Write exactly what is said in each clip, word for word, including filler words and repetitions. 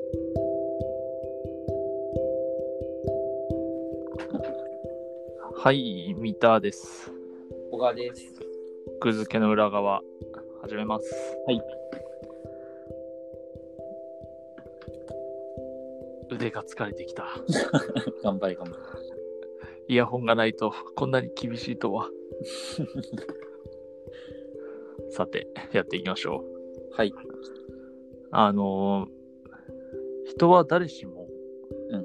はい、三田です。 小川です。 奥付けの裏側始めます。 はい。 腕が疲れてきた。 頑張れ頑張れ。 イヤホンがないとこんなに厳しいとは。さて、やっていきましょう。はい。 あのー、人は誰しも、 うん、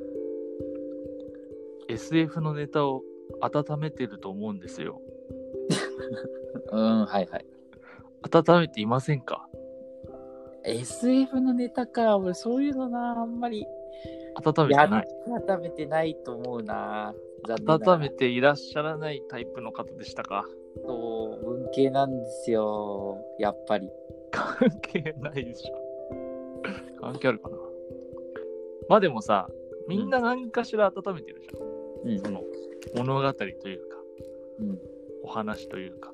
エスエフ のネタを温めてると思うんですよ。 うん、はいはい。 温めていませんか？ エスエフ のネタか、俺そういうのな、あんまり温めてない。 温めてないと思うな。 温めていらっしゃらないタイプの方でしたか？ そう、文系なんですよ、やっぱり。 関係ないでしょ。関係あるかな。まあでもさ、みんな何かしら温めてるじゃん。うん、その物語というか、うん、お話というか。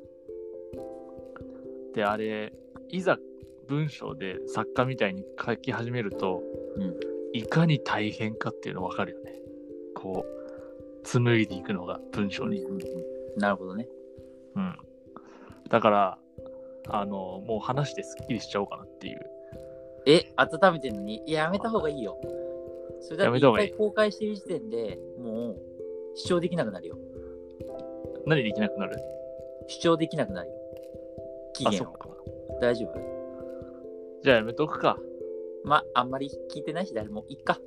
で、あれ、いざ文章で作家みたいに書き始めると、うん、いかに大変かっていうの分かるよね。こう、紡いでいくのが文章に。 うんうん、なるほどね。 うん。だから、あの、もう話してスッキリしちゃおうかなっていう。 え、温めてんのに？いや、やめた方がいいよ。それだって一回公開してる時点でもう主張できなくなるよ。 何できなくなる？ 主張できなくなるよ。期限を。あ、そっか。大丈夫？ じゃあやめとくか。 ま、あんまり聞いてないし誰もいっか。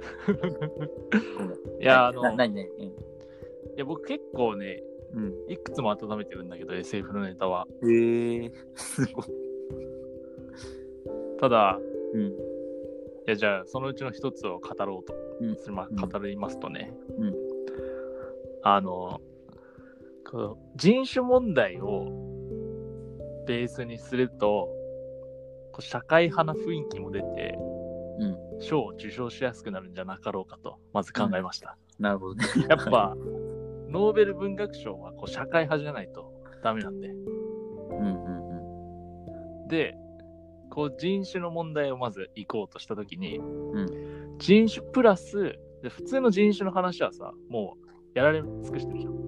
いや、あの、 な、なにね、うん。いや、僕結構ね、うん、いくつも温めてるんだけど、エスエフ のネタは。 へえー、すごい。 ただ、うん。いや、じゃあ、そのうちの一つを語ろうと。うん、まあ、語りますとね。うん。あの、この人種問題をベースにすると、こう社会派な雰囲気も出て、うん、賞を受賞しやすくなるんじゃなかろうかと、まず考えました。 うん、なるほどね。 やっぱ、ノーベル文学賞はこう社会派じゃないとダメなんで。うんうんうん、で、こう人種の問題をまず行こうとしたときに、うん、人種プラスで、普通の人種の話はさ、もうやられ尽くしてるじゃん。うん、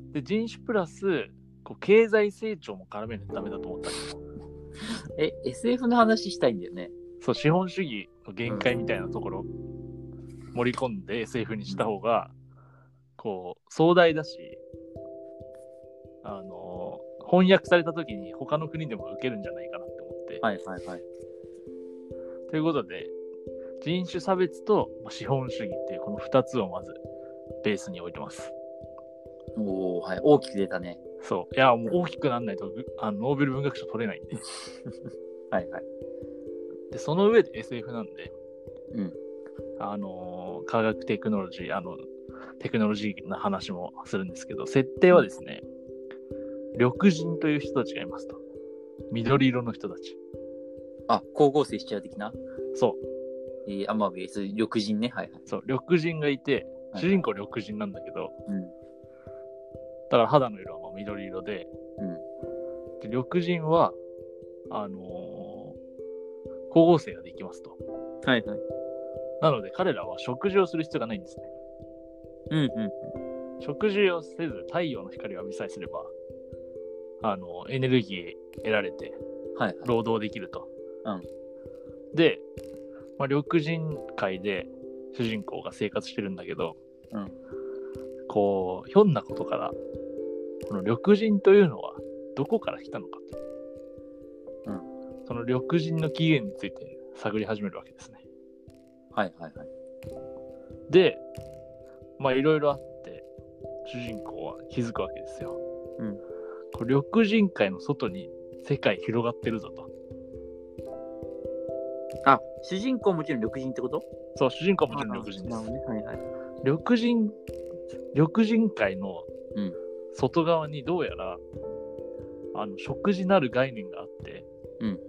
で、人種プラスこう経済成長も絡めないとダメだと思ったんですよ。 え、エスエフ の話したいんだよね。 そう、資本主義の限界みたいなところ、うん、盛り込んで エスエフ にした方が、こう、壮大だし、あのー、翻訳された時に他の国でも受けるんじゃないかなって思って。 はいはいはい。 ということで、人種差別と資本主義っていうこのふたつをまずベースに置いてます。 おー、はい、大きく出たね。 そう。いや、もう大きくなんないとあのノーベル文学賞取れないんで。 はいはい。 で、その上で エスエフ なんで、 うん。 あのー、科学テクノロジー、あの、テクノロジーな話もするんですけど、設定はですね、緑人という人たちがいますと。緑色の人たち。 あ、光合成しちゃう的な？ そう。 えー、あ、まあ、別に緑人ね。はいはい。 そう、緑人がいて、主人公緑人なんだけど、 はいはい、うん。 だから肌の色はまあ緑色で、うん、で緑人は、あのー、光合成ができますと。 はいはい。 なので彼らは食事をする必要がないんですね。 うんうん。 食事をせず太陽の光を浴びさえすれば、あのエネルギー得られて労働できると。はいはい、うん、で、まあ、緑人界で主人公が生活してるんだけど、うん、こうひょんなことからこの緑人というのはどこから来たのかと、うん、その緑人の起源について探り始めるわけですね。 はいはいはい。 で、まあいろいろあって主人公は気づくわけですよ。うん、これ緑人界の外に世界広がってるぞと。 あ、主人公もちろん緑人ってこと？ そう、主人公はもちろん緑人です。 ね、はいはい。 緑人、緑人界の外側にどうやら、うん、あの食事なる概念があって、うんうん、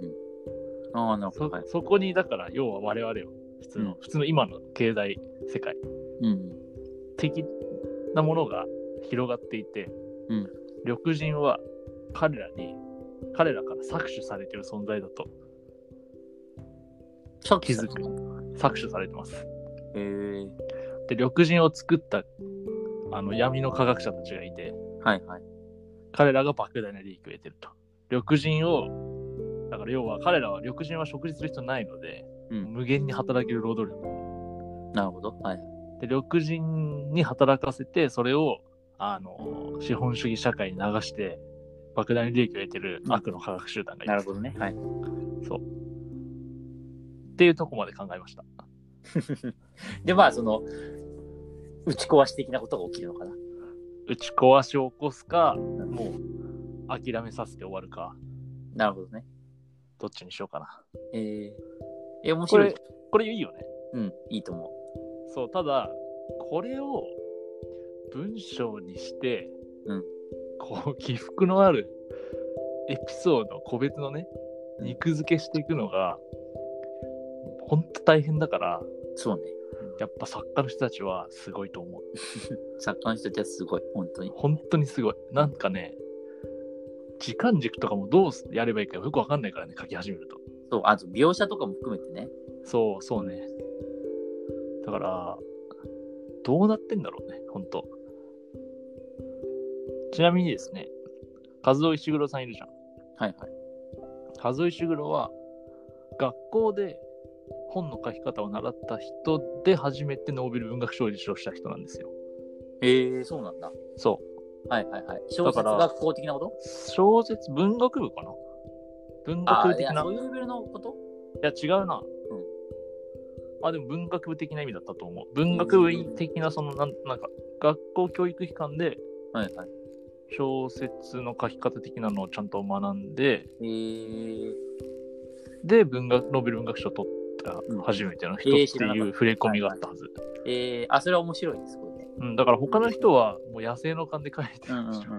ああ、なるほど。そ、そこにだから要は我々は普通の、うん、普通の今の経済世界、うん、的なものが広がっていて、うん、緑人は彼らに彼らから搾取されている存在だと。 気づく搾取されてます。 へー。 で、緑人を作ったあの闇の科学者たちがいて、 はいはい。 彼らが莫大な利益を得てると。緑人を、だから要は彼らは緑人は食事する必要ないので、うん、無限に働ける労働力。 なるほど。はい。 で、緑人に働かせて、それをあの資本主義社会に流して、莫大な利益を得てる悪の科学集団がいる、 うん。なるほどね。はい。 そう。っていうとこまで考えました。 で、まあ、その、打ち壊し的なことが起きるのかな。 打ち壊しを起こすか、もう諦めさせて終わるか。 なるほどね。 どっちにしようかな。 えー、え、面白い。 これ、これいいよね。 うん、いいと思う。そう、ただ、これを文章にして、 うん、 こう、起伏のあるエピソード、個別のね、肉付けしていくのが、ほんと大変だから、 そうね。 やっぱ作家の人たちはすごいと思う。 作家の人たちはすごい、本当に。 本当にすごい。なんかね、時間軸とかもどうやればいいかよくわかんないからね、書き始めると。 そう、あと描写とかも含めてね。 そう、そうね。だから、どうなってんだろうね、本当。ちなみにですね、和尾石黒さんいるじゃん。 はいはい。 和尾石黒は、学校で本の書き方を習った人で初めてノーベル文学賞を受賞した人なんですよ。 へえー、そうなんだ。 そう。 はいはいはい。小説学校的なこと？ 小説、文学部かな？文学部的な。 あ、そういうレベルのこと？ いや、違うな。うん。あ、でも文学部的な意味だったと思う。文学部的な、その、なん、なんか、学校教育機関で、 はいはい。 小説の書き方的なのをちゃんと学んで、 へー。 で、文学、ノーベル文学賞を取った初めての人っていう触れ込みがあったはず。 えーえー、あ、それは面白いです、これね。 うん、だから他の人はもう野生の勘で書いてるんですよ。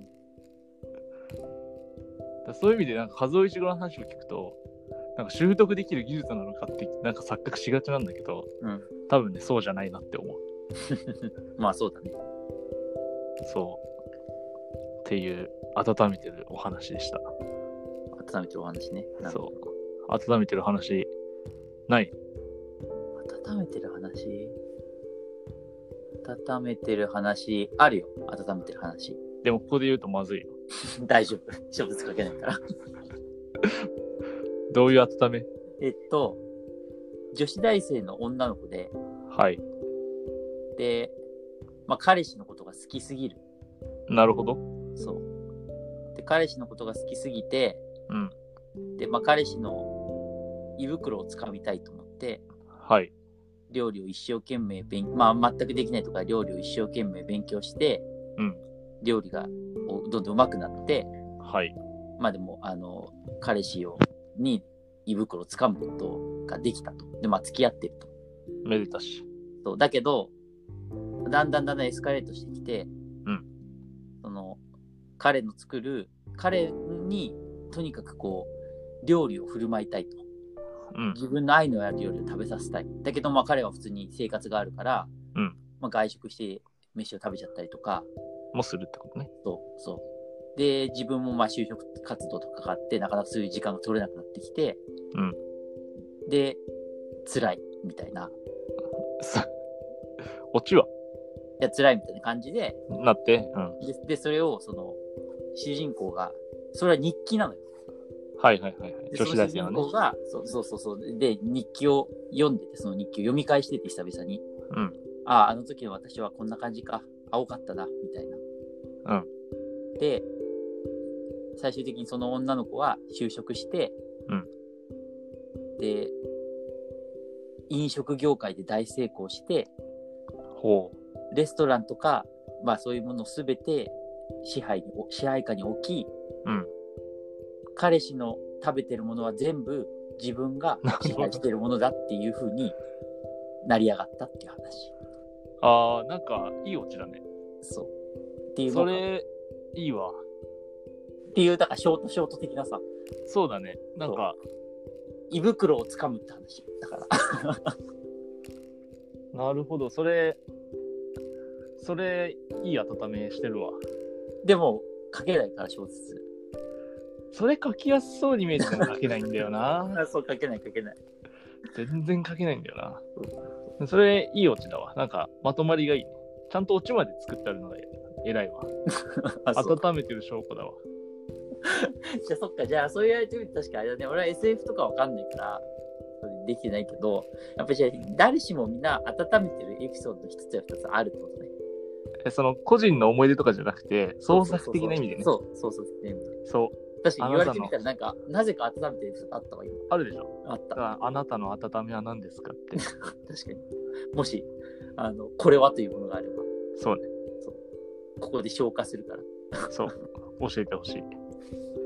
そういう意味で、なんか、和尾石黒の話を聞くと、なんか習得できる技術なのかって、なんか錯覚しがちなんだけど、うん、多分ね、そうじゃないなって思う。 まあ、そうだね。 そう。っていう、温めてるお話でした。 温めてるお話ね。 そう。温めてる話、ない？ 温めてる話温めてる話、あるよ。温めてる話。 でも、ここで言うとまずいよ。 大丈夫。小説書けないから。 どういう温め？ えっと、女子大生の女の子で、 はい。 で、まあ、彼氏のことが好きすぎる。 なるほど。 そう。で、彼氏のことが好きすぎて、 うん。 で、まあ、彼氏の胃袋をつかみたいと思って、 はい。 料理を一生懸命勉、まあ、全くできないとか、料理を一生懸命勉強して、 うん。 料理がどんどん上手くなって、 はい。 まあでも、あの、彼氏を、に胃袋をつかむことができたと。で、まあ付き合ってると。 めでたし。 そう。だけど、だんだんだんだんエスカレートしてきて、 うん。 その、彼の作る、彼にとにかくこう、料理を振る舞いたいと。うん。自分の愛のある料理を食べさせたい。だけど、まあ彼は普通に生活があるから、 うん。 まあ外食して飯を食べちゃったりとか。 もするってことね。 そう、そう。で、自分もまあ就職活動とかかかって、なかなかそういう時間が取れなくなってきて、 うん。 で、辛い、みたいな。 オチは？ いや、辛いみたいな感じで。 なって、うん。 で、でそれを、その、主人公が、それは日記なのよ。 はいはいはい、はい。女子大生のね。 主人公が、そうそうそうそう、で、日記を読んでて、その日記を読み返してて、久々に。 うん。 ああ、あの時の私はこんな感じか。青かったな、みたいな。 うん。 で、最終的にその女の子は就職して、 うん、 で、飲食業界で大成功して、 ほうレストランとか、まあそういうものをすべて支配に、支配下に置き、 うん、 彼氏の食べてるものは全部自分が支配してるものだっていう風になり上がったっていう話。 あー、なんかいいオチだね。 そう。っていうのそれ、いいわ。 っていう、だからショートショート的なさ。 そうだね。なんか。 胃袋をつかむって話。だから。 なるほど。それ、それ、いい温めしてるわ。 でも、書けないから小説。 それ書きやすそうに見えても書けないんだよな。 そう、書けない書けない。 全然書けないんだよな。それいいオチだわ。なんかまとまりがいい。ちゃんとオチまで作ってあるのが偉いわ。温めてる証拠だわ。 じゃあそっか、じゃあそう言われてみて確かあれだね。俺は エスエフ とかわかんないからできてないけど、やっぱりじゃあ誰しもみんな温めてるエピソード一つや二つあるってことね。 その個人の思い出とかじゃなくて創作的な意味でね。 そう創作的な意味で。 そう。 確かに言われてみたらなんかなぜか温めてるエピソードあったわ今。 あるでしょ。 あった。 だからあなたの温めは何ですかって。 確かに。もしあのこれはというものがあれば。 そうね。 そう。ここで消化するから。 そう。教えてほしい。